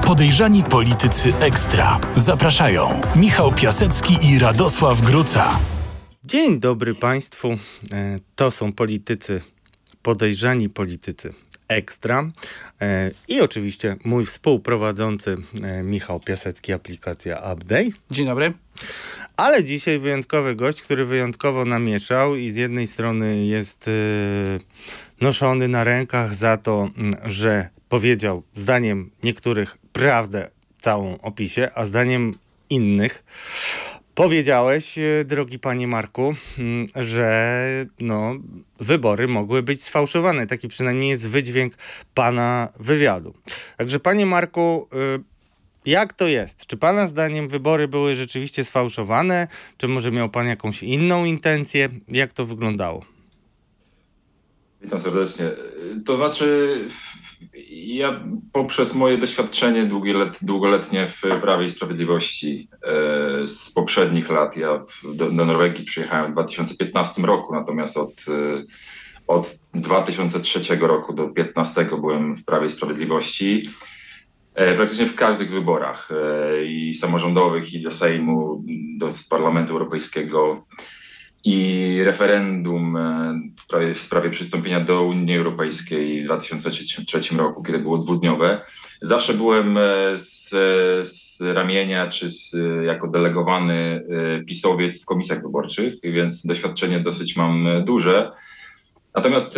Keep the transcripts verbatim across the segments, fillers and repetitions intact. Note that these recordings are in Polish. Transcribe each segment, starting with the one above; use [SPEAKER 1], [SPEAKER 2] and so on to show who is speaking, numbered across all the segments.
[SPEAKER 1] Podejrzani Politycy Ekstra. Zapraszają Michał Piasecki i Radosław Gruca.
[SPEAKER 2] Dzień dobry Państwu. To są politycy, podejrzani politycy ekstra. I oczywiście mój współprowadzący Michał Piasecki, aplikacja Update.
[SPEAKER 3] Dzień dobry.
[SPEAKER 2] Ale dzisiaj wyjątkowy gość, który wyjątkowo namieszał i z jednej strony jest noszony na rękach za to, że powiedział zdaniem niektórych prawdę całą o PiSie, a zdaniem innych powiedziałeś, drogi panie Marku, że no, wybory mogły być sfałszowane. Taki przynajmniej jest wydźwięk pana wywiadu. Także panie Marku, jak to jest? Czy pana zdaniem wybory były rzeczywiście sfałszowane? Czy może miał pan jakąś inną intencję? Jak to wyglądało?
[SPEAKER 4] Witam serdecznie. To znaczy, ja poprzez moje doświadczenie długoletnie w Prawie i Sprawiedliwości e, z poprzednich lat, ja do, do Norwegii przyjechałem w dwa tysiące piętnastym roku, natomiast od, od dwa tysiące trzeciego roku do dwa tysiące piętnastego byłem w Prawie i Sprawiedliwości. E, praktycznie w każdych wyborach e, i samorządowych, i do Sejmu, do Parlamentu Europejskiego, i referendum w sprawie, w sprawie przystąpienia do Unii Europejskiej w dwa tysiące trzecim roku, kiedy było dwudniowe. Zawsze byłem z, z ramienia, czy z, jako delegowany pisowiec w komisjach wyborczych, więc doświadczenie dosyć mam duże. Natomiast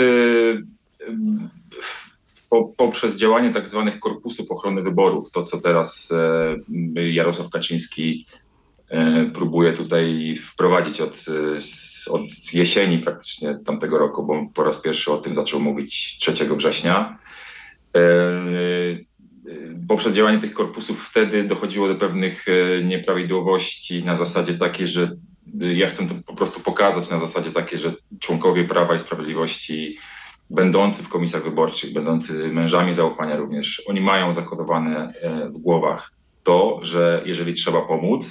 [SPEAKER 4] po, poprzez działanie tak zwanych korpusów ochrony wyborów, to co teraz Jarosław Kaczyński próbuję tutaj wprowadzić od, od jesieni praktycznie tamtego roku, bo po raz pierwszy o tym zaczął mówić trzeciego września. Poprzez działanie tych korpusów wtedy dochodziło do pewnych nieprawidłowości na zasadzie takiej, że ja chcę to po prostu pokazać na zasadzie takiej, że członkowie Prawa i Sprawiedliwości będący w komisjach wyborczych, będący mężami zaufania również, oni mają zakodowane w głowach to, że jeżeli trzeba pomóc,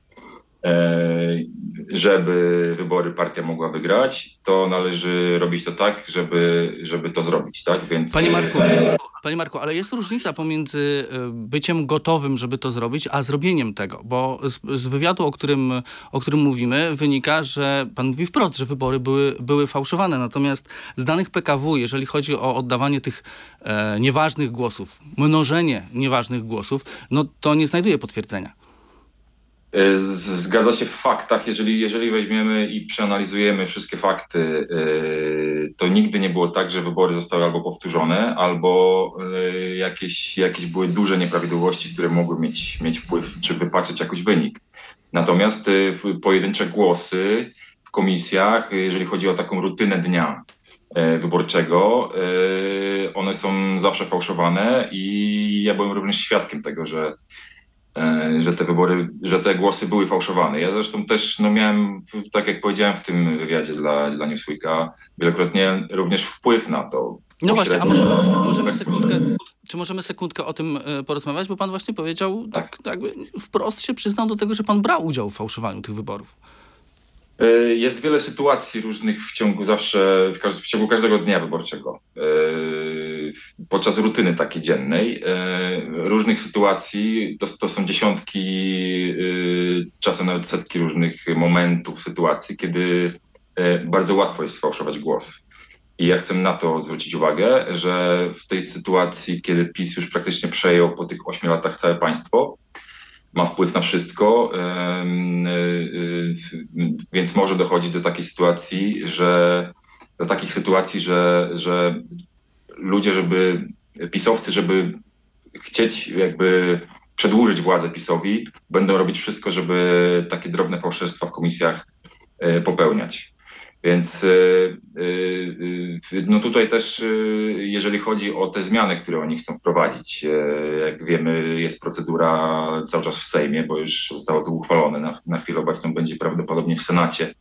[SPEAKER 4] żeby wybory partia mogła wygrać, to należy robić to tak, żeby, żeby to zrobić, tak? Więc...
[SPEAKER 3] Panie Marku, Panie Marku, ale jest różnica pomiędzy byciem gotowym, żeby to zrobić, a zrobieniem tego, bo z, z wywiadu, o którym, o którym mówimy, wynika, że pan mówi wprost, że wybory były, były fałszowane, natomiast z danych P K W, jeżeli chodzi o oddawanie tych e, nieważnych głosów, mnożenie nieważnych głosów, no to nie znajduje potwierdzenia.
[SPEAKER 4] Zgadza się w faktach. Jeżeli, jeżeli weźmiemy i przeanalizujemy wszystkie fakty, to nigdy nie było tak, że wybory zostały albo powtórzone, albo jakieś, jakieś były duże nieprawidłowości, które mogły mieć, mieć wpływ, czy wypaczyć jakiś wynik. Natomiast pojedyncze głosy w komisjach, jeżeli chodzi o taką rutynę dnia wyborczego, one są zawsze fałszowane i ja byłem również świadkiem tego, że że te wybory, że te głosy były fałszowane. Ja zresztą też no miałem, tak jak powiedziałem w tym wywiadzie dla, dla Newsweeka, wielokrotnie również wpływ na to.
[SPEAKER 3] No właśnie, a możemy, możemy sekundkę, czy możemy sekundkę o tym porozmawiać, bo pan właśnie powiedział, tak, tak jakby wprost się przyznał do tego, że pan brał udział w fałszowaniu tych wyborów.
[SPEAKER 4] Jest wiele sytuacji różnych w ciągu zawsze, w, każdy, w ciągu każdego dnia wyborczego. Podczas rutyny takiej dziennej. Różnych sytuacji, to, to są dziesiątki, czasem nawet setki różnych momentów, sytuacji, kiedy bardzo łatwo jest sfałszować głos. I ja chcę na to zwrócić uwagę, że w tej sytuacji, kiedy PiS już praktycznie przejął po tych ośmiu latach całe państwo, ma wpływ na wszystko, więc może dochodzić do takiej sytuacji, że do takich sytuacji, że, że ludzie, żeby pisowcy, żeby chcieć jakby przedłużyć władzę PiSowi, będą robić wszystko, żeby takie drobne fałszerstwa w komisjach popełniać. Więc no tutaj też, jeżeli chodzi o te zmiany, które oni chcą wprowadzić, jak wiemy, jest procedura cały czas w Sejmie, bo już zostało to uchwalone. Na, na chwilę obecną będzie prawdopodobnie w Senacie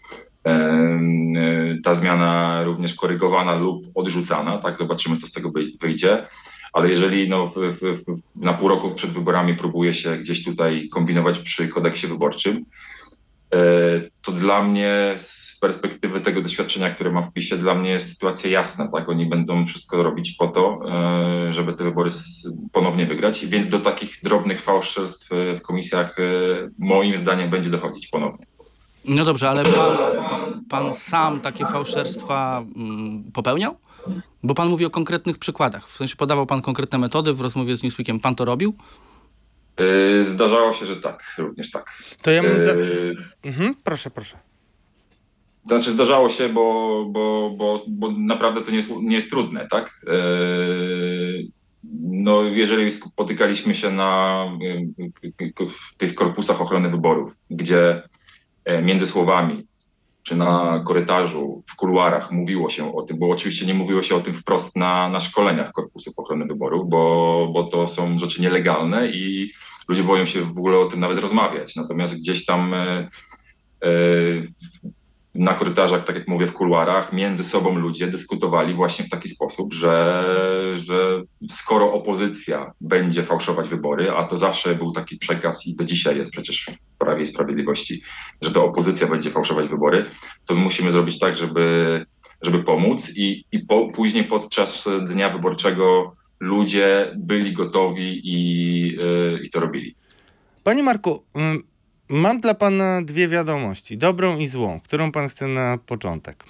[SPEAKER 4] ta zmiana również korygowana lub odrzucana. Tak, zobaczymy, co z tego wyjdzie. Ale jeżeli no, w, w, w, na pół roku przed wyborami próbuje się gdzieś tutaj kombinować przy kodeksie wyborczym, to dla mnie z perspektywy tego doświadczenia, które mam w PiSie, dla mnie jest sytuacja jasna, tak? Oni będą wszystko robić po to, żeby te wybory ponownie wygrać, więc do takich drobnych fałszerstw w komisjach moim zdaniem będzie dochodzić ponownie.
[SPEAKER 3] No dobrze, ale pan, pan, pan sam takie fałszerstwa mm, popełniał? Bo pan mówi o konkretnych przykładach. W sensie podawał pan konkretne metody w rozmowie z Newsweekiem. Pan to robił?
[SPEAKER 4] Zdarzało się, że tak, również tak.
[SPEAKER 2] To ja mam da...
[SPEAKER 4] Yy,
[SPEAKER 2] mhm, proszę, proszę.
[SPEAKER 4] Znaczy zdarzało się, bo, bo, bo, bo naprawdę to nie jest, nie jest trudne, tak? Yy, no jeżeli spotykaliśmy się na w tych korpusach ochrony wyborów, gdzie między słowami czy na korytarzu, w kuluarach mówiło się o tym, bo oczywiście nie mówiło się o tym wprost na, na szkoleniach Korpusów Ochrony Wyborów, bo, bo to są rzeczy nielegalne i ludzie boją się w ogóle o tym nawet rozmawiać. Natomiast gdzieś tam e, e, na korytarzach, tak jak mówię, w kuluarach, między sobą ludzie dyskutowali właśnie w taki sposób, że, że skoro opozycja będzie fałszować wybory, a to zawsze był taki przekaz i do dzisiaj jest przecież w Prawie i Sprawiedliwości, że to opozycja będzie fałszować wybory, to my musimy zrobić tak, żeby, żeby pomóc i, i po, później podczas dnia wyborczego ludzie byli gotowi i, yy, i to robili.
[SPEAKER 2] Panie Marku, mam dla pana dwie wiadomości, dobrą i złą. Którą pan chce na początek?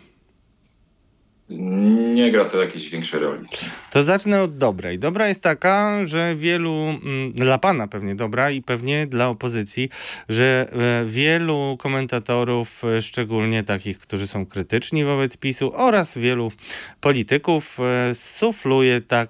[SPEAKER 4] Nie gra to jakiejś większej roli.
[SPEAKER 2] To zacznę od dobrej. Dobra jest taka, że wielu, dla pana pewnie dobra i pewnie dla opozycji, że wielu komentatorów, szczególnie takich, którzy są krytyczni wobec PiSu oraz wielu polityków sufluje tak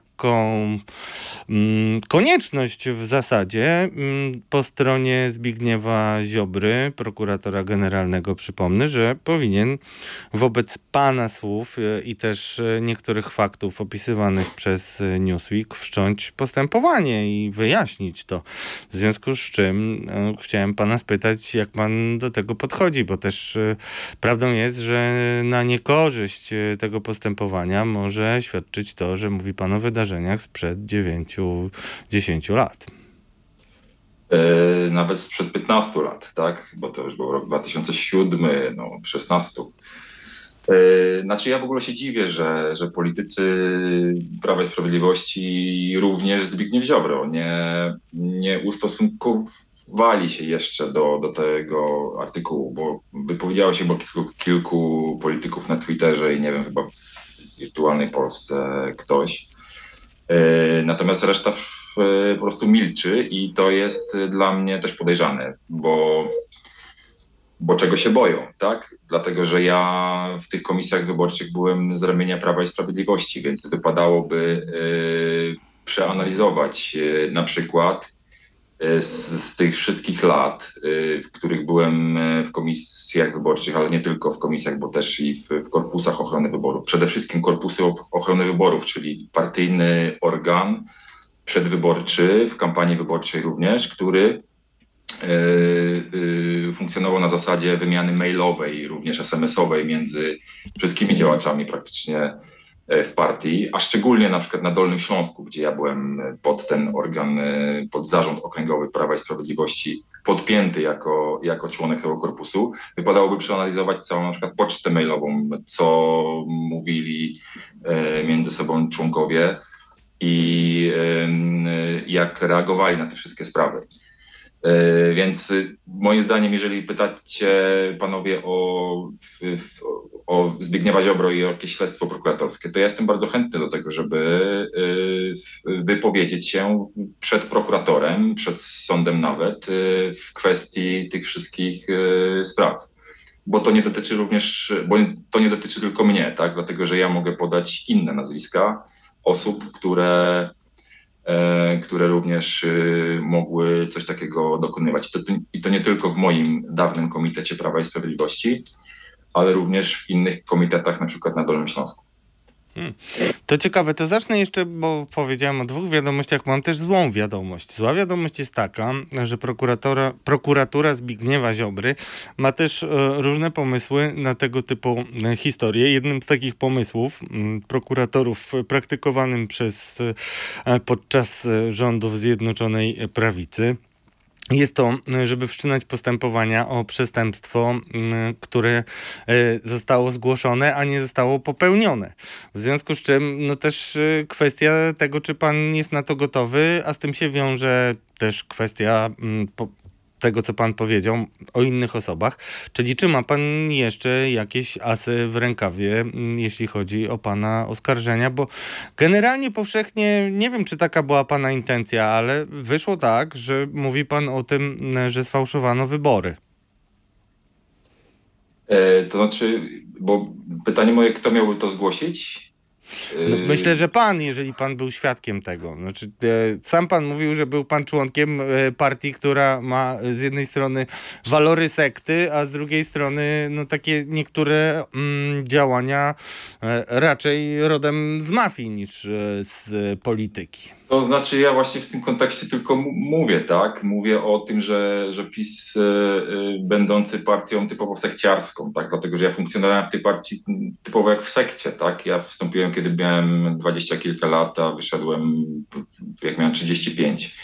[SPEAKER 2] konieczność w zasadzie po stronie Zbigniewa Ziobry, prokuratora generalnego, przypomnę, że powinien wobec pana słów i też niektórych faktów opisywanych przez Newsweek wszcząć postępowanie i wyjaśnić to. W związku z czym no, chciałem pana spytać, jak pan do tego podchodzi, bo też prawdą jest, że na niekorzyść tego postępowania może świadczyć to, że mówi pan o wydarzeniach sprzed dziewięciu, dziesięciu lat.
[SPEAKER 4] Yy, nawet sprzed piętnastu lat, tak? Bo to już był rok dwa tysiące siódmy, no szesnasty. Yy, znaczy ja w ogóle się dziwię, że, że politycy Prawa i Sprawiedliwości, również Zbigniew Ziobro, nie, nie ustosunkowali się jeszcze do, do tego artykułu, bo wypowiedziało się bo kilku, kilku polityków na Twitterze i nie wiem, chyba w wirtualnej Polsce ktoś. Natomiast reszta po prostu milczy i to jest dla mnie też podejrzane, bo, bo czego się boją, tak? Dlatego, że ja w tych komisjach wyborczych byłem z ramienia Prawa i Sprawiedliwości, więc wypadałoby y, przeanalizować y, na przykład y, z, z tych wszystkich lat, y, w których byłem w komisjach wyborczych, ale nie tylko w komisjach, bo też i w, w korpusach ochrony wyborów. Przede wszystkim korpusy ochrony wyborów, czyli partyjny organ przedwyborczy, w kampanii wyborczej również, który y, y, funkcjonował na zasadzie wymiany mailowej, również es em esowej między wszystkimi działaczami praktycznie w partii, a szczególnie na przykład na Dolnym Śląsku, gdzie ja byłem pod ten organ, pod zarząd okręgowy Prawa i Sprawiedliwości podpięty jako, jako członek tego korpusu, wypadałoby przeanalizować całą na przykład pocztę mailową, co mówili e, między sobą członkowie i e, jak reagowali na te wszystkie sprawy. E, więc moim zdaniem, jeżeli pytacie panowie o, o Zbigniewa Ziobro i o jakieś śledztwo prokuratorskie, to ja jestem bardzo chętny do tego, żeby wypowiedzieć się przed prokuratorem, przed sądem nawet w kwestii tych wszystkich spraw. Bo to nie dotyczy również, bo to nie dotyczy tylko mnie, tak? Dlatego, że ja mogę podać inne nazwiska osób, które które również mogły coś takiego dokonywać. I to, I to nie tylko w moim dawnym Komitecie Prawa i Sprawiedliwości, ale również w innych komitetach, na przykład na Dolnym Śląsku.
[SPEAKER 2] Hmm. To ciekawe, to zacznę jeszcze, bo powiedziałem o dwóch wiadomościach, mam też złą wiadomość. Zła wiadomość jest taka, że prokuratora, prokuratura Zbigniewa Ziobry ma też e, różne pomysły na tego typu e, historie. Jednym z takich pomysłów m, prokuratorów praktykowanym przez e, podczas rządów Zjednoczonej Prawicy jest to, żeby wszczynać postępowania o przestępstwo, które zostało zgłoszone, a nie zostało popełnione. W związku z czym no też kwestia tego, czy pan jest na to gotowy, a z tym się wiąże też kwestia po tego, co pan powiedział o innych osobach, czyli czy ma pan jeszcze jakieś asy w rękawie, jeśli chodzi o pana oskarżenia, bo generalnie powszechnie, nie wiem, czy taka była pana intencja, ale wyszło tak, że mówi pan o tym, że sfałszowano wybory.
[SPEAKER 4] E, to znaczy, bo pytanie moje, kto miałby to zgłosić?
[SPEAKER 2] No, myślę, że pan, jeżeli pan był świadkiem tego. Znaczy, e, sam pan mówił, że był pan członkiem e, partii, która ma z jednej strony walory sekty, a z drugiej strony no, takie niektóre mm, działania e, raczej rodem z mafii niż e, z polityki.
[SPEAKER 4] To znaczy ja właśnie w tym kontekście tylko m- mówię, tak? Mówię o tym, że, że PiS y, y, będący partią typowo sekciarską, tak? Dlatego, że ja funkcjonowałem w tej partii typowo jak w sekcie, tak? Ja wstąpiłem, kiedy miałem dwadzieścia kilka lat, a wyszedłem jak miałem trzydzieści pięć.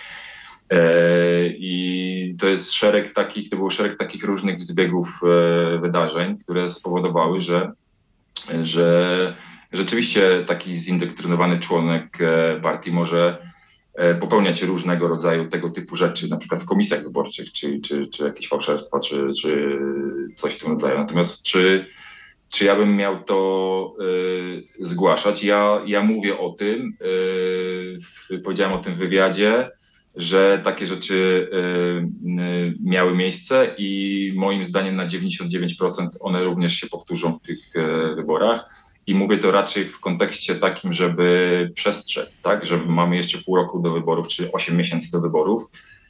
[SPEAKER 4] E, I to jest szereg takich, to był szereg takich różnych zbiegów e, wydarzeń, które spowodowały, że, że rzeczywiście taki zindoktrynowany członek partii może popełniać różnego rodzaju tego typu rzeczy, na przykład w komisjach wyborczych, czy, czy, czy jakieś fałszerstwa, czy, czy coś w tym rodzaju. Natomiast czy, czy ja bym miał to y, zgłaszać? Ja, ja mówię o tym, y, powiedziałem o tym w wywiadzie, że takie rzeczy y, y, miały miejsce i moim zdaniem na dziewięćdziesiąt dziewięć procent one również się powtórzą w tych y, wyborach. I mówię to raczej w kontekście takim, żeby przestrzec, tak? Że mamy jeszcze pół roku do wyborów, czy osiem miesięcy do wyborów.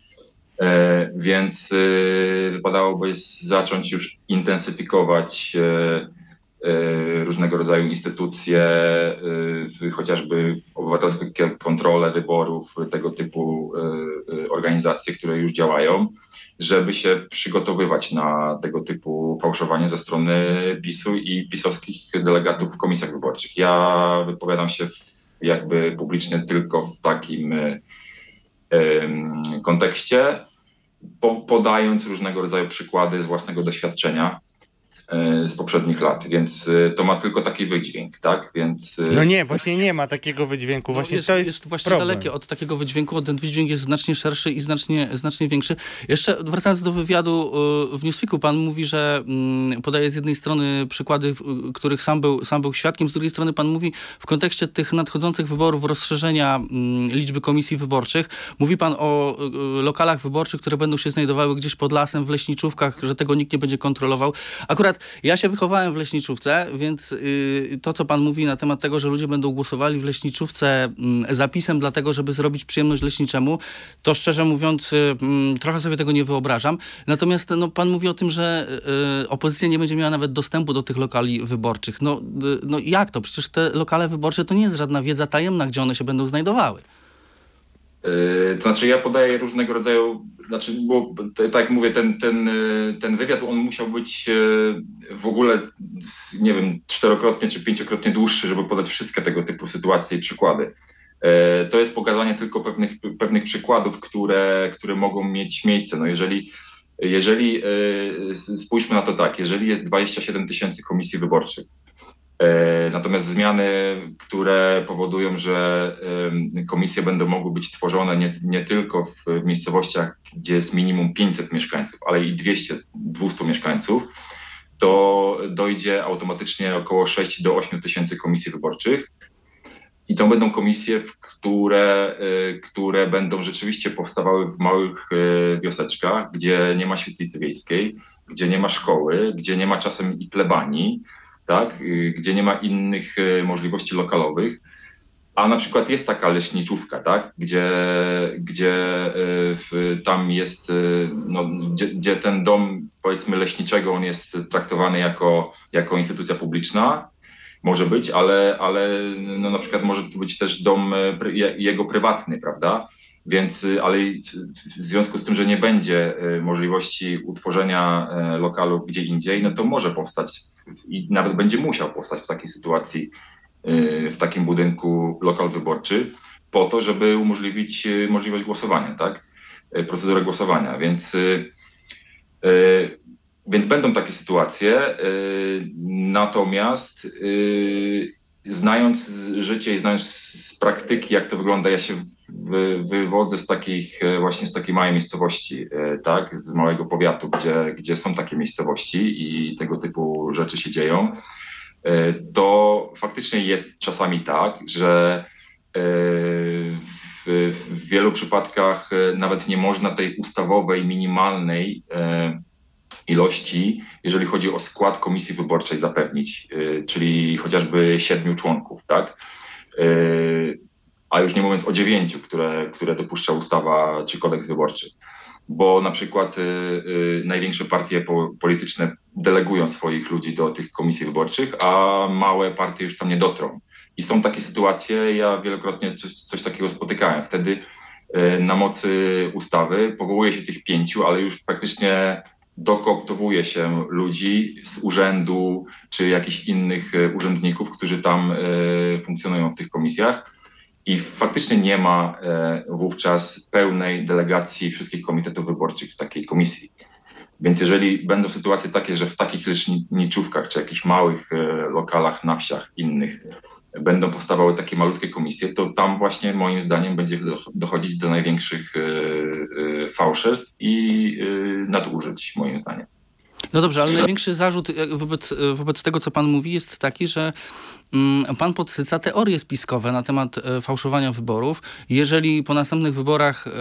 [SPEAKER 4] E, więc e, wypadałoby zacząć już intensyfikować e, e, różnego rodzaju instytucje, e, chociażby obywatelskie kontrole wyborów, tego typu e, organizacje, które już działają, żeby się przygotowywać na tego typu fałszowanie ze strony PiSu i pisowskich delegatów w komisjach wyborczych. Ja wypowiadam się jakby publicznie tylko w takim y, y, kontekście, po, podając różnego rodzaju przykłady z własnego doświadczenia z poprzednich lat, więc to ma tylko taki wydźwięk, tak? Więc...
[SPEAKER 2] No nie, właśnie nie ma takiego wydźwięku. Właśnie
[SPEAKER 3] no jest,
[SPEAKER 2] to jest,
[SPEAKER 3] jest właśnie
[SPEAKER 2] problem.
[SPEAKER 3] dalekie od takiego wydźwięku, ten wydźwięk jest znacznie szerszy i znacznie, znacznie większy. Jeszcze wracając do wywiadu w Newsweeku, pan mówi, że podaje z jednej strony przykłady, których sam był, sam był świadkiem, z drugiej strony pan mówi w kontekście tych nadchodzących wyborów, rozszerzenia liczby komisji wyborczych, mówi pan o lokalach wyborczych, które będą się znajdowały gdzieś pod lasem, w leśniczówkach, że tego nikt nie będzie kontrolował. Akurat ja się wychowałem w leśniczówce, więc yy, to, co pan mówi na temat tego, że ludzie będą głosowali w leśniczówce yy, zapisem dlatego, żeby zrobić przyjemność leśniczemu, to szczerze mówiąc yy, trochę sobie tego nie wyobrażam. Natomiast no, pan mówi o tym, że yy, opozycja nie będzie miała nawet dostępu do tych lokali wyborczych. No, yy, no jak to? Przecież te lokale wyborcze to nie jest żadna wiedza tajemna, gdzie one się będą znajdowały.
[SPEAKER 4] To znaczy ja podaję różnego rodzaju, znaczy, bo tak jak mówię, ten, ten, ten wywiad, on musiał być w ogóle, nie wiem, czterokrotnie czy pięciokrotnie dłuższy, żeby podać wszystkie tego typu sytuacje i przykłady. To jest pokazanie tylko pewnych, pewnych przykładów, które, które mogą mieć miejsce. No jeżeli, jeżeli spójrzmy na to tak, jeżeli jest dwadzieścia siedem tysięcy komisji wyborczych, natomiast zmiany, które powodują, że komisje będą mogły być tworzone nie, nie tylko w miejscowościach, gdzie jest minimum pięćset mieszkańców, ale i dwieście dwieście mieszkańców, to dojdzie automatycznie około sześć do ośmiu tysięcy komisji wyborczych. I to będą komisje, które, które będą rzeczywiście powstawały w małych wioseczkach, gdzie nie ma świetlicy wiejskiej, gdzie nie ma szkoły, gdzie nie ma czasem i plebanii, tak, gdzie nie ma innych możliwości lokalowych, a na przykład jest taka leśniczówka, tak, gdzie, gdzie w, tam jest, no, gdzie, gdzie ten dom, powiedzmy, leśniczego, on jest traktowany jako, jako instytucja publiczna, może być, ale, ale no, na przykład może to być też dom jego prywatny, prawda? Więc, ale w związku z tym, że nie będzie możliwości utworzenia lokalu gdzie indziej, no to może powstać i nawet będzie musiał powstać w takiej sytuacji, w takim budynku lokal wyborczy, po to, żeby umożliwić możliwość głosowania, tak? procedurę głosowania, więc, więc będą takie sytuacje. Natomiast znając życie i znając z praktyki, jak to wygląda, ja się wywodzę z takich, właśnie z takiej małej miejscowości, tak, z małego powiatu, gdzie, gdzie są takie miejscowości i tego typu rzeczy się dzieją, to faktycznie jest czasami tak, że w, w wielu przypadkach nawet nie można tej ustawowej, minimalnej ilości, jeżeli chodzi o skład komisji wyborczej, zapewnić, czyli chociażby siedmiu członków, tak? A już nie mówiąc o dziewięciu, które, które dopuszcza ustawa czy kodeks wyborczy. Bo na przykład y, y, największe partie po, polityczne delegują swoich ludzi do tych komisji wyborczych, a małe partie już tam nie dotrą. I są takie sytuacje, ja wielokrotnie coś, coś takiego spotykałem. Wtedy y, na mocy ustawy powołuje się tych pięciu, ale już praktycznie dokooptowuje się ludzi z urzędu czy jakichś innych urzędników, którzy tam y, funkcjonują w tych komisjach. I faktycznie nie ma e, wówczas pełnej delegacji wszystkich komitetów wyborczych w takiej komisji. Więc jeżeli będą sytuacje takie, że w takich leczniczówkach czy jakichś małych e, lokalach na wsiach innych będą powstawały takie malutkie komisje, to tam właśnie moim zdaniem będzie dochodzić do największych e, e, fałszerstw i e, nadużyć moim zdaniem.
[SPEAKER 3] No dobrze, ale największy zarzut wobec, wobec tego, co pan mówi, jest taki, że mm, pan podsyca teorie spiskowe na temat e, fałszowania wyborów. Jeżeli po następnych wyborach e,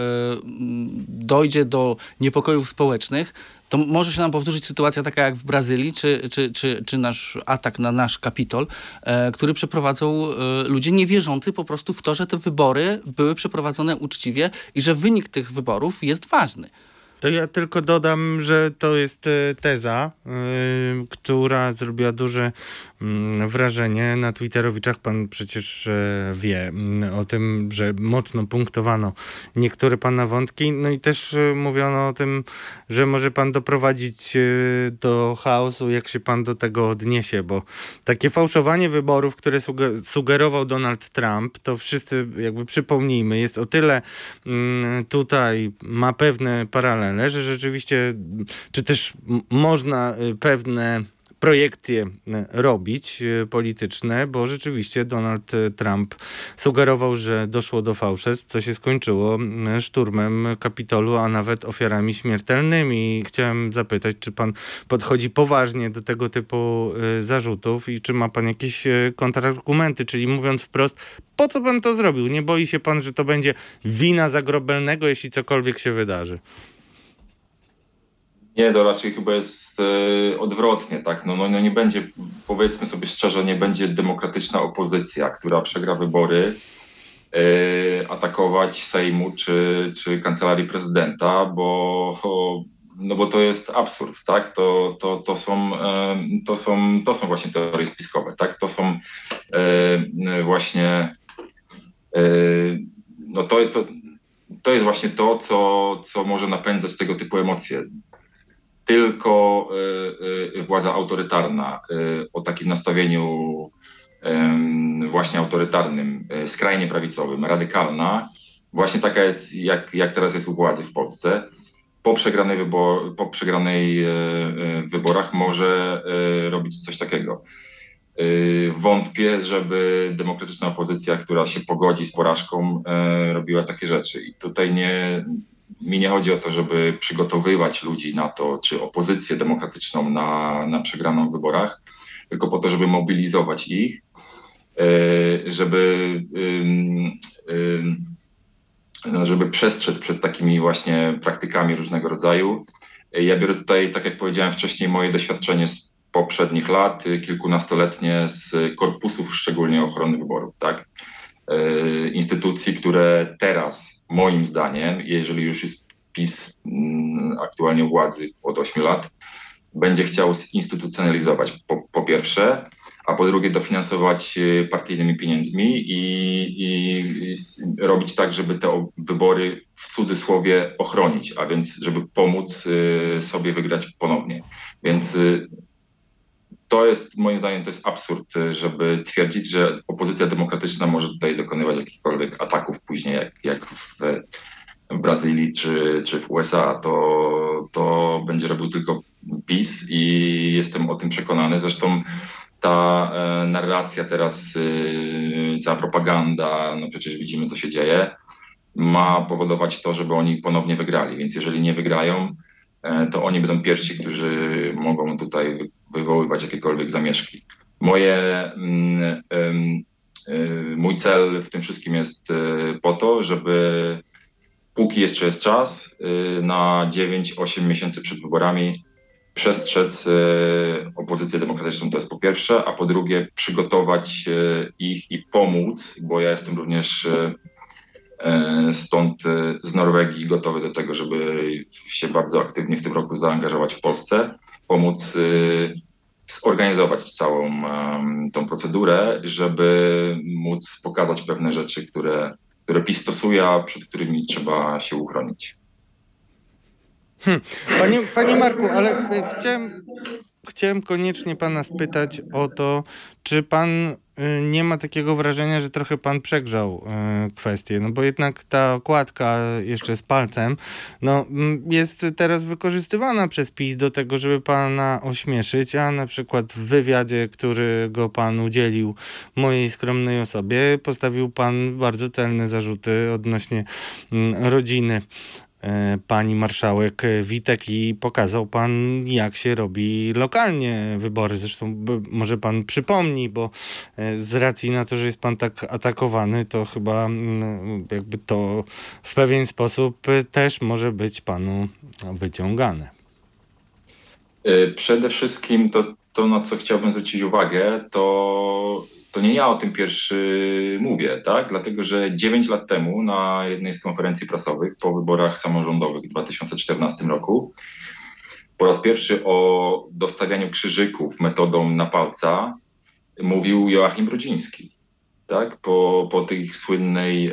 [SPEAKER 3] dojdzie do niepokojów społecznych, to może się nam powtórzyć sytuacja taka jak w Brazylii, czy, czy, czy, czy nasz atak na nasz Kapitol, e, który przeprowadzą e, ludzie niewierzący po prostu w to, że te wybory były przeprowadzone uczciwie i że wynik tych wyborów jest ważny.
[SPEAKER 2] To ja tylko dodam, że to jest teza, yy, która zrobiła duże yy, wrażenie na Twitterowiczach. Pan przecież yy, wie yy, o tym, że mocno punktowano niektóre pana wątki. No i też yy, mówiono o tym, że może pan doprowadzić yy, do chaosu, jak się pan do tego odniesie, bo takie fałszowanie wyborów, które suge- sugerował Donald Trump, to wszyscy jakby przypomnijmy, jest o tyle yy, tutaj ma pewne paralele, że rzeczywiście, czy też m- można pewne projekcje robić polityczne, bo rzeczywiście Donald Trump sugerował, że doszło do fałszerstw, co się skończyło szturmem Kapitolu, a nawet ofiarami śmiertelnymi. Chciałem zapytać, czy pan podchodzi poważnie do tego typu zarzutów i czy ma pan jakieś kontrargumenty, czyli mówiąc wprost, po co pan to zrobił? Nie boi się pan, że to będzie wina Zagrobelnego, jeśli cokolwiek się wydarzy?
[SPEAKER 4] Nie, to raczej chyba jest e, odwrotnie, tak? No, no, no nie będzie, powiedzmy sobie szczerze, nie będzie demokratyczna opozycja, która przegra wybory, e, atakować Sejmu czy, czy Kancelarii Prezydenta, bo, no bo to jest absurd, tak? To, to, to, są, e, to, są, to są właśnie teorie spiskowe, tak? To są e, właśnie e, no to, to, to jest właśnie to, co, co może napędzać tego typu emocje. Tylko y, y, władza autorytarna y, o takim nastawieniu y, właśnie autorytarnym, y, skrajnie prawicowym, radykalna, właśnie taka jest, jak, jak teraz jest u władzy w Polsce, po przegranej, wybor, po przegranej y, y, wyborach może y, robić coś takiego. Y, wątpię, żeby demokratyczna opozycja, która się pogodzi z porażką, y, robiła takie rzeczy. I tutaj nie... Mi nie chodzi o to, żeby przygotowywać ludzi na to, czy opozycję demokratyczną na, na przegraną w wyborach, tylko po to, żeby mobilizować ich, żeby, żeby przestrzec przed takimi właśnie praktykami różnego rodzaju. Ja biorę tutaj, tak jak powiedziałem wcześniej, moje doświadczenie z poprzednich lat, kilkunastoletnie z korpusów szczególnie ochrony wyborów, tak? Instytucji, które teraz, moim zdaniem, jeżeli już jest PiS aktualnie u władzy od ośmiu lat, będzie chciał zinstytucjonalizować po, po pierwsze, a po drugie dofinansować partyjnymi pieniędzmi i, i, i robić tak, żeby te wybory w cudzysłowie ochronić, a więc żeby pomóc sobie wygrać ponownie. Więc to jest, moim zdaniem, to jest absurd, żeby twierdzić, że opozycja demokratyczna może tutaj dokonywać jakichkolwiek ataków później, jak, jak w w Brazylii czy, czy w U S A, to, to będzie robił tylko PiS i jestem o tym przekonany. Zresztą ta e, narracja teraz, e, cała propaganda, no przecież widzimy, co się dzieje, ma powodować to, żeby oni ponownie wygrali. Więc jeżeli nie wygrają, e, to oni będą pierwsi, którzy mogą tutaj wy, wywoływać jakiekolwiek zamieszki. Moje, mm, y, mój cel w tym wszystkim jest y, po to, żeby póki jeszcze jest czas, y, na dziewięć osiem miesięcy przed wyborami przestrzec y, opozycję demokratyczną, to jest po pierwsze, a po drugie przygotować y, ich i pomóc, bo ja jestem również y, y, stąd y, z Norwegii gotowy do tego, żeby się bardzo aktywnie w tym roku zaangażować w Polsce, pomóc y, zorganizować całą um, tą procedurę, żeby móc pokazać pewne rzeczy, które, które PiS stosuje, a przed którymi trzeba się uchronić.
[SPEAKER 2] Hmm. Panie, panie Marku, ale chciałem, chciałem koniecznie pana spytać o to, czy pan nie ma takiego wrażenia, że trochę pan przegrzał kwestię, no bo jednak ta okładka jeszcze z palcem, no jest teraz wykorzystywana przez PiS do tego, żeby pana ośmieszyć, a na przykład w wywiadzie, którego pan udzielił mojej skromnej osobie, postawił pan bardzo celne zarzuty odnośnie rodziny pani marszałek Witek i pokazał pan, jak się robi lokalnie wybory. Zresztą może pan przypomni, bo z racji na to, że jest pan tak atakowany, to chyba jakby to w pewien sposób też może być panu wyciągane.
[SPEAKER 4] Przede wszystkim to, to na co chciałbym zwrócić uwagę, to To nie ja o tym pierwszy mówię, tak? Dlatego, że dziewięć lat temu na jednej z konferencji prasowych po wyborach samorządowych w dwa tysiące czternastym roku po raz pierwszy o dostawianiu krzyżyków metodą na palca mówił Joachim Brudziński. Tak? Po, po tej słynnej,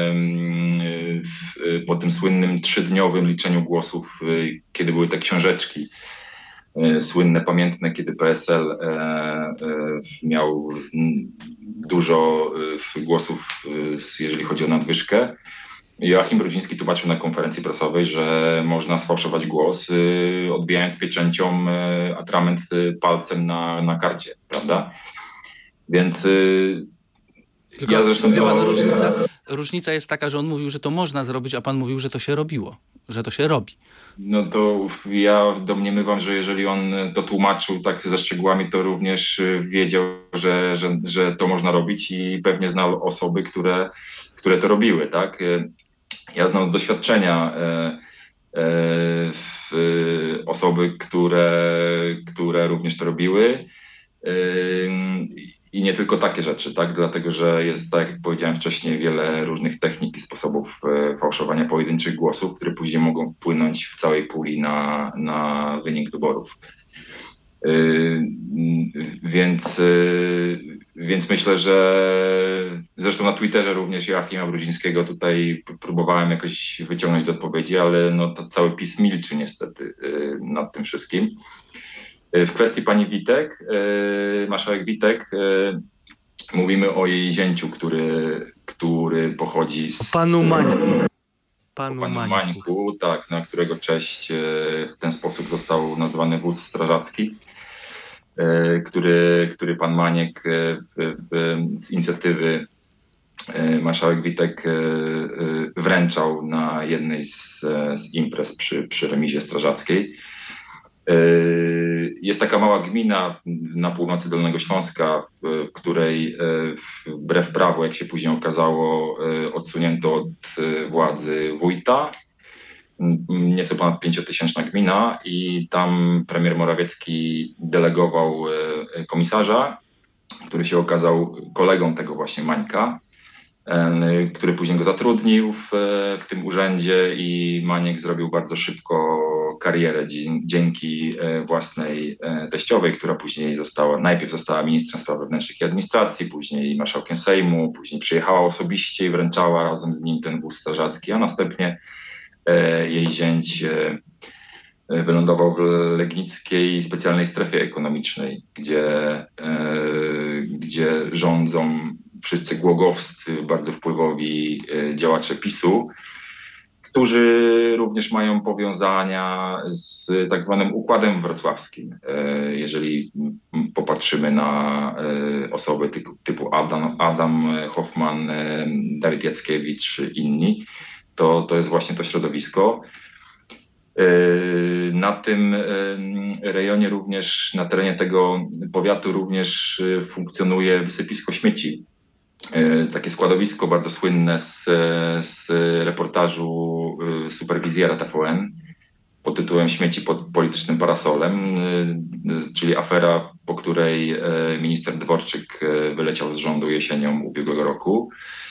[SPEAKER 4] po tym słynnym trzydniowym liczeniu głosów, kiedy były te książeczki słynne, pamiętne, kiedy P S L e, e, miał dużo głosów, jeżeli chodzi o nadwyżkę. Joachim Brudziński tłumaczył na konferencji prasowej, że można sfałszować głos, odbijając pieczęcią atrament palcem na, na karcie, prawda? Więc
[SPEAKER 3] Tylko
[SPEAKER 4] ja zresztą...
[SPEAKER 3] wie pan,
[SPEAKER 4] to...
[SPEAKER 3] różnica, różnica jest taka, że on mówił, że to można zrobić, a pan mówił, że to się robiło, że to się robi.
[SPEAKER 4] No to ja domniemywam, że jeżeli on to tłumaczył tak ze szczegółami, to również wiedział, że, że, że to można robić i pewnie znał osoby, które, które to robiły, tak? Ja znam z doświadczenia e, e, w, osoby, które, które również to robiły. E, I nie tylko takie rzeczy, tak? Dlatego, że jest, tak jak powiedziałem wcześniej, wiele różnych technik i sposobów e, fałszowania pojedynczych głosów, które później mogą wpłynąć w całej puli na, na wynik wyborów. E, więc, e, więc myślę, że zresztą na Twitterze również Joachima Brudzińskiego tutaj próbowałem jakoś wyciągnąć do odpowiedzi, ale no to cały PiS milczy niestety e, nad tym wszystkim. W kwestii pani Witek, marszałek Witek, mówimy o jej zięciu, który, który pochodzi z...
[SPEAKER 2] Panu Mańku. Panu,
[SPEAKER 4] panu
[SPEAKER 2] Mańku.
[SPEAKER 4] Mańku, tak, na którego cześć w ten sposób został nazwany wóz strażacki, który, który pan Maniek w, w, z inicjatywy marszałek Witek wręczał na jednej z, z imprez przy, przy remizie strażackiej. Jest taka mała gmina na północy Dolnego Śląska, w której wbrew prawu, jak się później okazało, odsunięto od władzy wójta. Nieco ponad pięciotysięczna gmina i tam premier Morawiecki delegował komisarza, który się okazał kolegą tego właśnie Mańka, który później go zatrudnił w, w tym urzędzie i Maniek zrobił bardzo szybko karierę dzięki własnej teściowej, która później została, najpierw została ministrem spraw wewnętrznych i administracji, później marszałkiem Sejmu, później przyjechała osobiście i wręczała razem z nim ten wóz strażacki, a następnie jej zięć wylądował w Legnickiej Specjalnej Strefie Ekonomicznej, gdzie, gdzie rządzą wszyscy głogowscy, bardzo wpływowi działacze PiSu, którzy również mają powiązania z tak zwanym Układem Wrocławskim. Jeżeli popatrzymy na osoby typu, typu Adam, Adam Hoffman, Dawid Jackiewicz, inni, to, to jest właśnie to środowisko. Na tym rejonie również, na terenie tego powiatu również funkcjonuje wysypisko śmieci. Takie składowisko bardzo słynne z, z reportażu superwizjera T V N pod tytułem Śmieci pod politycznym parasolem, czyli afera, po której minister Dworczyk wyleciał z rządu jesienią ubiegłego roku.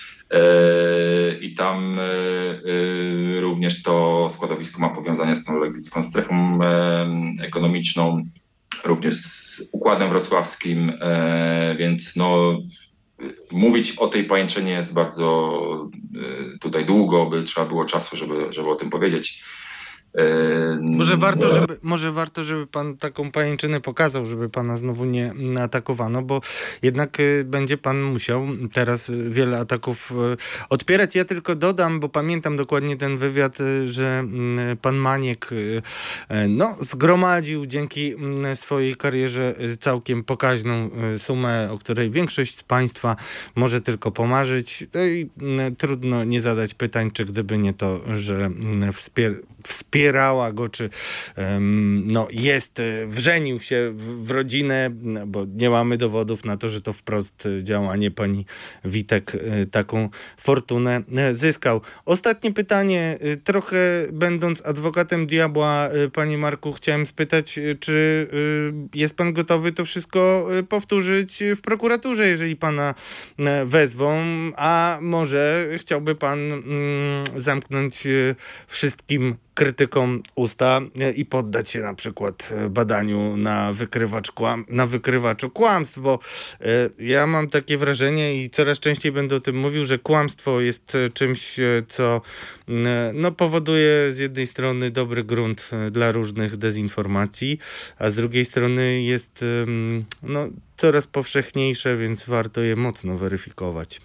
[SPEAKER 4] I tam również to składowisko ma powiązania z tą legnicką strefą ekonomiczną, również z Układem Wrocławskim, więc no, mówić o tej pajęczynie jest bardzo tutaj długo, by trzeba było czasu, żeby, żeby o tym powiedzieć.
[SPEAKER 2] Może warto, żeby, może warto, żeby pan taką pajęczynę pokazał, żeby pana znowu nie atakowano, bo jednak będzie pan musiał teraz wiele ataków odpierać. Ja tylko dodam, bo pamiętam dokładnie ten wywiad, że pan Maniek no, zgromadził dzięki swojej karierze całkiem pokaźną sumę, o której większość z państwa może tylko pomarzyć. No i trudno nie zadać pytań, czy gdyby nie to, że wspier- wspierała go, czy um, no, jest, wrzenił się w, w rodzinę, bo nie mamy dowodów na to, że to wprost działanie pani Witek taką fortunę zyskał. Ostatnie pytanie, trochę będąc adwokatem diabła, panie Marku, chciałem spytać, czy jest pan gotowy to wszystko powtórzyć w prokuraturze, jeżeli pana wezwą, a może chciałby pan mm, zamknąć wszystkim krytykom usta i poddać się na przykład badaniu na, wykrywacz kłam, na wykrywaczu kłamstw, bo y, ja mam takie wrażenie i coraz częściej będę o tym mówił, że kłamstwo jest czymś, co y, no, powoduje z jednej strony dobry grunt dla różnych dezinformacji, a z drugiej strony jest y, no, coraz powszechniejsze, więc warto je mocno weryfikować.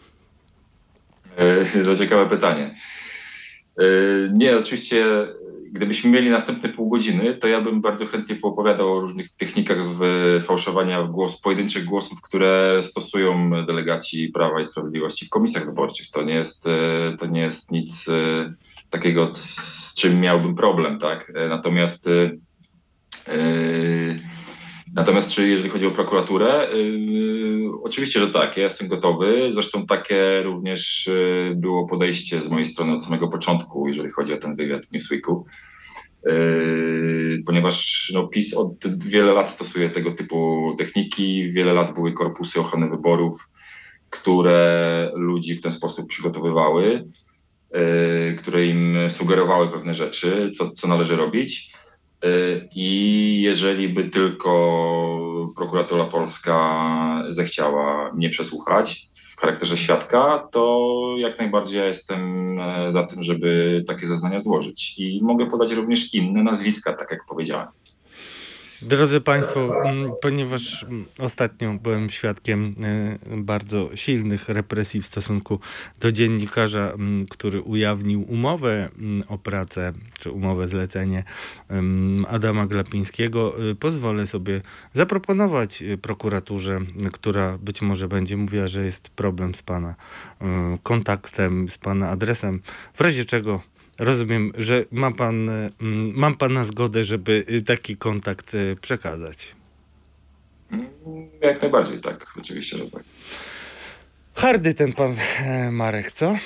[SPEAKER 4] To ciekawe pytanie. Nie, oczywiście, gdybyśmy mieli następne pół godziny, to ja bym bardzo chętnie poopowiadał o różnych technikach fałszowania głos, pojedynczych głosów, które stosują delegaci Prawa i Sprawiedliwości w komisjach wyborczych. To nie jest, to nie jest nic takiego, z czym miałbym problem, tak? Natomiast yy, Natomiast czy jeżeli chodzi o prokuraturę, yy, oczywiście, że tak, ja jestem gotowy. Zresztą takie również yy, było podejście z mojej strony od samego początku, jeżeli chodzi o ten wywiad w Newsweeku. Yy, ponieważ no, PiS od wiele lat stosuje tego typu techniki, wiele lat były korpusy ochrony wyborów, które ludzi w ten sposób przygotowywały, yy, które im sugerowały pewne rzeczy, co, co należy robić. I jeżeli by tylko prokuratura polska zechciała mnie przesłuchać w charakterze świadka, to jak najbardziej ja jestem za tym, żeby takie zeznania złożyć. I mogę podać również inne nazwiska, tak jak powiedziałem.
[SPEAKER 2] Drodzy Państwo, ponieważ ostatnio byłem świadkiem bardzo silnych represji w stosunku do dziennikarza, który ujawnił umowę o pracę, czy umowę zlecenie Adama Glapińskiego, pozwolę sobie zaproponować prokuraturze, która być może będzie mówiła, że jest problem z Pana kontaktem, z Pana adresem, w razie czego rozumiem, że ma pan, mam pana zgodę, żeby taki kontakt przekazać.
[SPEAKER 4] Jak najbardziej tak, oczywiście, że tak.
[SPEAKER 2] Hardy ten pan Marek, co?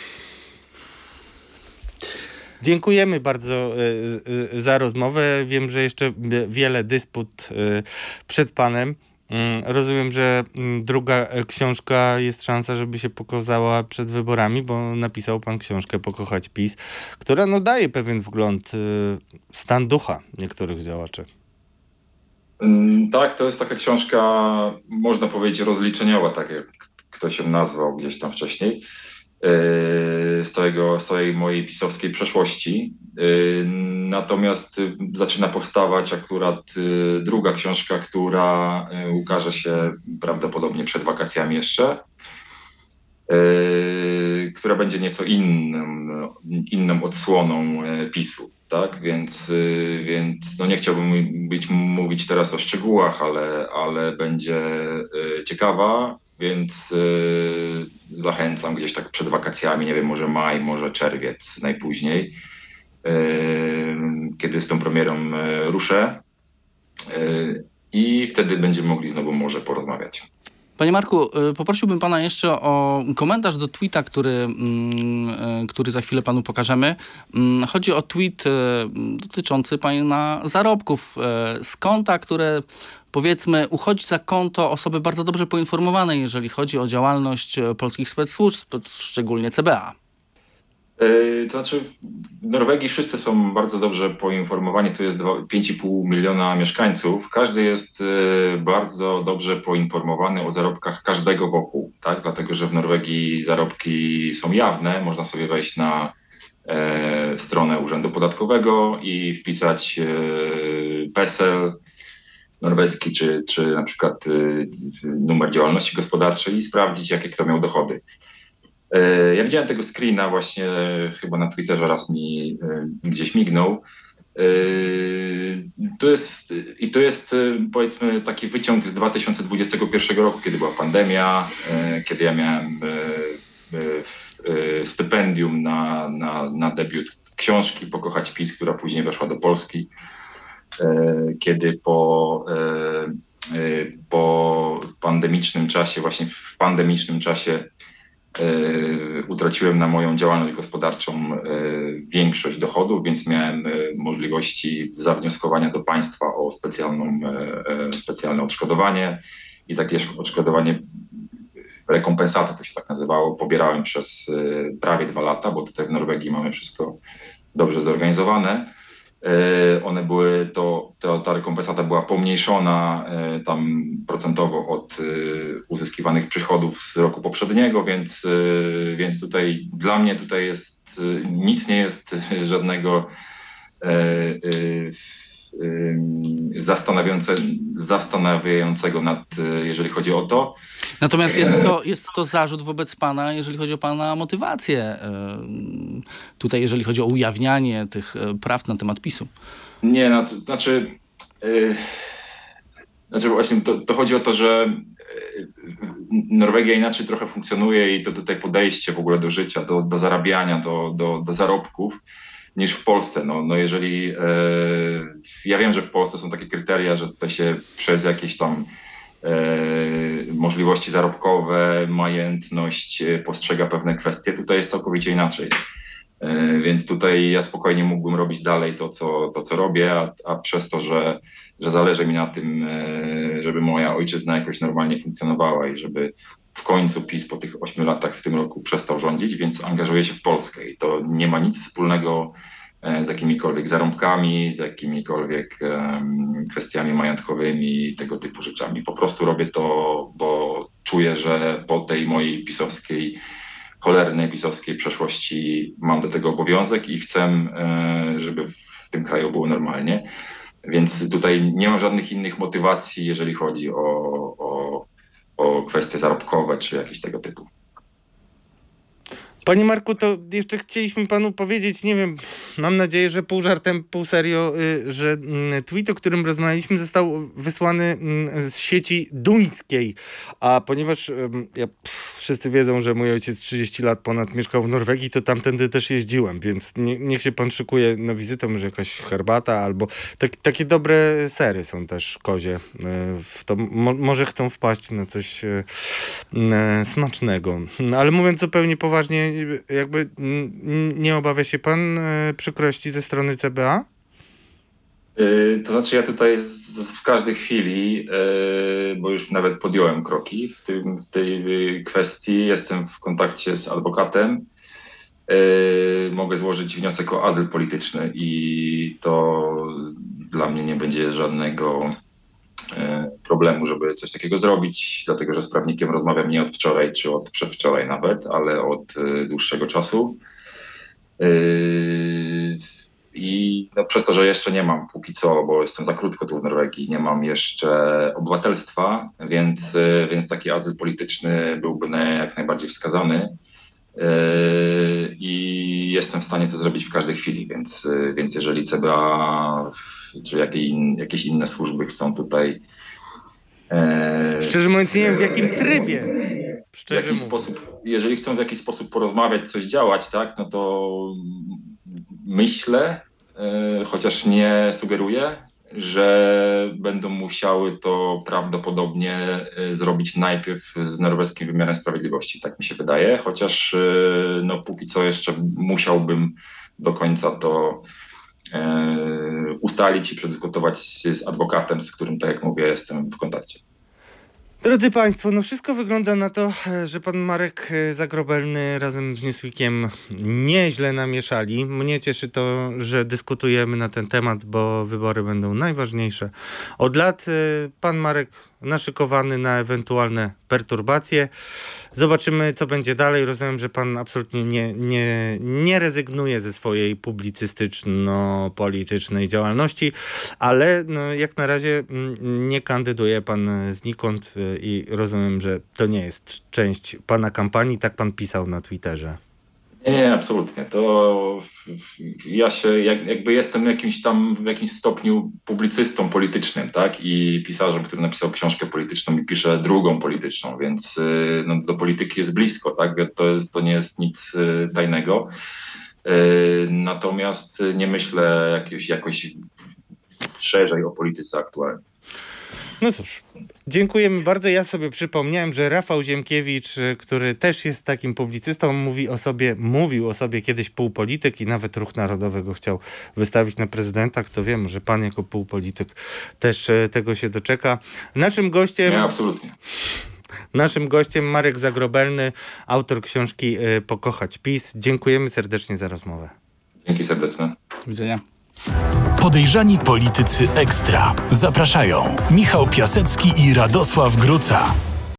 [SPEAKER 2] Dziękujemy bardzo za rozmowę. Wiem, że jeszcze wiele dysput przed panem. Rozumiem, że druga książka jest szansa, żeby się pokazała przed wyborami, bo napisał pan książkę Pokochać PiS, która no daje pewien wgląd w stan ducha niektórych działaczy.
[SPEAKER 4] Tak, to jest taka książka, można powiedzieć, rozliczeniowa, tak jak ktoś ją nazwał gdzieś tam wcześniej, z, całego, z całej mojej pisowskiej przeszłości. Natomiast zaczyna powstawać akurat druga książka, która ukaże się prawdopodobnie przed wakacjami jeszcze, która będzie nieco inną, inną odsłoną PiSu. Tak, więc, więc no nie chciałbym być, mówić teraz o szczegółach, ale, ale będzie ciekawa, więc zachęcam gdzieś tak przed wakacjami, nie wiem, może maj, może czerwiec najpóźniej, kiedy z tą premierą ruszę i wtedy będziemy mogli znowu może porozmawiać.
[SPEAKER 3] Panie Marku, poprosiłbym pana jeszcze o komentarz do tweeta, który, który za chwilę panu pokażemy. Chodzi o tweet dotyczący pana zarobków z konta, które powiedzmy uchodzi za konto osoby bardzo dobrze poinformowanej, jeżeli chodzi o działalność polskich spec-służb, szczególnie C B A.
[SPEAKER 4] To znaczy w Norwegii wszyscy są bardzo dobrze poinformowani, tu jest pięć i pół miliona mieszkańców, każdy jest bardzo dobrze poinformowany o zarobkach każdego wokół, tak? Dlatego że w Norwegii zarobki są jawne, można sobie wejść na e, stronę Urzędu Podatkowego i wpisać e, PESEL norweski, czy, czy na przykład e, numer działalności gospodarczej i sprawdzić, jakie kto miał dochody. Ja widziałem tego screena właśnie, chyba na Twitterze raz mi gdzieś mignął. To jest, i to jest powiedzmy taki wyciąg z dwa tysiące dwudziestego pierwszego roku, kiedy była pandemia, kiedy ja miałem stypendium na, na, na debiut książki Pokochać PiS, która później weszła do Polski, kiedy po, po pandemicznym czasie, właśnie w pandemicznym czasie utraciłem na moją działalność gospodarczą większość dochodów, więc miałem możliwości zawnioskowania do państwa o specjalną, specjalne odszkodowanie i takie odszkodowanie, rekompensatę to się tak nazywało, pobierałem przez prawie dwa lata, bo tutaj w Norwegii mamy wszystko dobrze zorganizowane. One były, to, to, ta rekompensata była pomniejszona tam procentowo od uzyskiwanych przychodów z roku poprzedniego, więc, więc tutaj dla mnie tutaj jest, nic nie jest żadnego zastanawiające, zastanawiającego nad, jeżeli chodzi o to.
[SPEAKER 3] Natomiast jest to, jest to zarzut wobec pana, jeżeli chodzi o pana motywację tutaj, jeżeli chodzi o ujawnianie tych praw na temat PiSu.
[SPEAKER 4] Nie, no, to znaczy, yy, znaczy właśnie to, to chodzi o to, że Norwegia inaczej trochę funkcjonuje i to tutaj podejście w ogóle do życia, do, do zarabiania, do, do, do zarobków niż w Polsce. No, no jeżeli, yy, ja wiem, że w Polsce są takie kryteria, że tutaj się przez jakieś tam yy, możliwości zarobkowe, majętność yy, postrzega pewne kwestie. Tutaj jest całkowicie inaczej. Yy, więc tutaj ja spokojnie mógłbym robić dalej to, co, to, co robię, a, a przez to, że, że zależy mi na tym, yy, żeby moja ojczyzna jakoś normalnie funkcjonowała i żeby w końcu PiS po tych ośmiu latach w tym roku przestał rządzić, więc angażuję się w Polskę i to nie ma nic wspólnego z jakimikolwiek zarobkami, z jakimikolwiek um, kwestiami majątkowymi i tego typu rzeczami. Po prostu robię to, bo czuję, że po tej mojej pisowskiej, cholernej pisowskiej przeszłości mam do tego obowiązek i chcę, e, żeby w tym kraju było normalnie. Więc tutaj nie mam żadnych innych motywacji, jeżeli chodzi o, o, o kwestie zarobkowe czy jakieś tego typu.
[SPEAKER 2] Panie Marku, to jeszcze chcieliśmy panu powiedzieć, nie wiem, mam nadzieję, że pół żartem, pół serio, że tweet, o którym rozmawialiśmy, został wysłany z sieci duńskiej, a ponieważ ja, pff, wszyscy wiedzą, że mój ojciec trzydzieści lat ponad mieszkał w Norwegii, to tamtędy też jeździłem, więc nie, niech się pan szykuje na wizytę, może jakaś herbata albo tak, takie dobre sery są też kozie, to mo, może chcą wpaść na coś smacznego, ale mówiąc zupełnie poważnie, jakby nie obawia się pan przykrości ze strony C B A?
[SPEAKER 4] Yy, to znaczy ja tutaj z, w każdej chwili, yy, bo już nawet podjąłem kroki w, tym, w tej kwestii, jestem w kontakcie z adwokatem, yy, mogę złożyć wniosek o azyl polityczny i to dla mnie nie będzie żadnego problemu, żeby coś takiego zrobić, dlatego że z prawnikiem rozmawiam nie od wczoraj, czy od przedwczoraj nawet, ale od dłuższego czasu. I no, przez to, że jeszcze nie mam póki co, bo jestem za krótko tu w Norwegii, nie mam jeszcze obywatelstwa, więc, więc taki azyl polityczny byłby jak najbardziej wskazany. i jestem w stanie to zrobić w każdej chwili, więc, więc jeżeli C B A czy jakieś, jakieś inne służby chcą tutaj...
[SPEAKER 2] Szczerze mówiąc, nie wiem w jakim trybie.
[SPEAKER 4] W jakiś sposób, jeżeli chcą w jakiś sposób porozmawiać, coś działać, tak, no to myślę, chociaż nie sugeruję, że będą musiały to prawdopodobnie zrobić najpierw z norweskim wymiarem sprawiedliwości, tak mi się wydaje, chociaż no póki co jeszcze musiałbym do końca to ustalić i przedyskutować z adwokatem, z którym, tak jak mówię, jestem w kontakcie.
[SPEAKER 2] Drodzy Państwo, no wszystko wygląda na to, że pan Marek Zagrobelny razem z Newsweekiem nieźle namieszali. Mnie cieszy to, że dyskutujemy na ten temat, bo wybory będą najważniejsze. Od lat pan Marek naszykowany na ewentualne perturbacje. Zobaczymy, co będzie dalej. Rozumiem, że pan absolutnie nie, nie, nie rezygnuje ze swojej publicystyczno-politycznej działalności, ale no, jak na razie nie kandyduje pan znikąd i rozumiem, że to nie jest część pana kampanii. Tak pan pisał na Twitterze.
[SPEAKER 4] Nie, nie, absolutnie. To ja się jak, jakby jestem jakimś tam w jakimś stopniu publicystą politycznym, tak? I pisarzem, który napisał książkę polityczną i pisze drugą polityczną, więc no, do polityki jest blisko, tak? To, jest, to nie jest nic tajnego. Natomiast nie myślę jakoś, jakoś szerzej o polityce aktualnej.
[SPEAKER 2] No cóż, dziękujemy bardzo. Ja sobie przypomniałem, że Rafał Ziemkiewicz, który też jest takim publicystą, mówi o sobie, mówił o sobie kiedyś półpolityk i nawet Ruch Narodowy go chciał wystawić na prezydenta. Kto wie, może pan jako półpolityk też tego się doczeka. Naszym gościem...
[SPEAKER 4] Nie, absolutnie.
[SPEAKER 2] Naszym gościem Marek Zagrobelny, autor książki Pokochać PiS. Dziękujemy serdecznie za rozmowę.
[SPEAKER 4] Dzięki serdeczne.
[SPEAKER 3] Do widzenia.
[SPEAKER 1] Podejrzani Politycy Ekstra. Zapraszają Michał Piasecki i Radosław Gruca.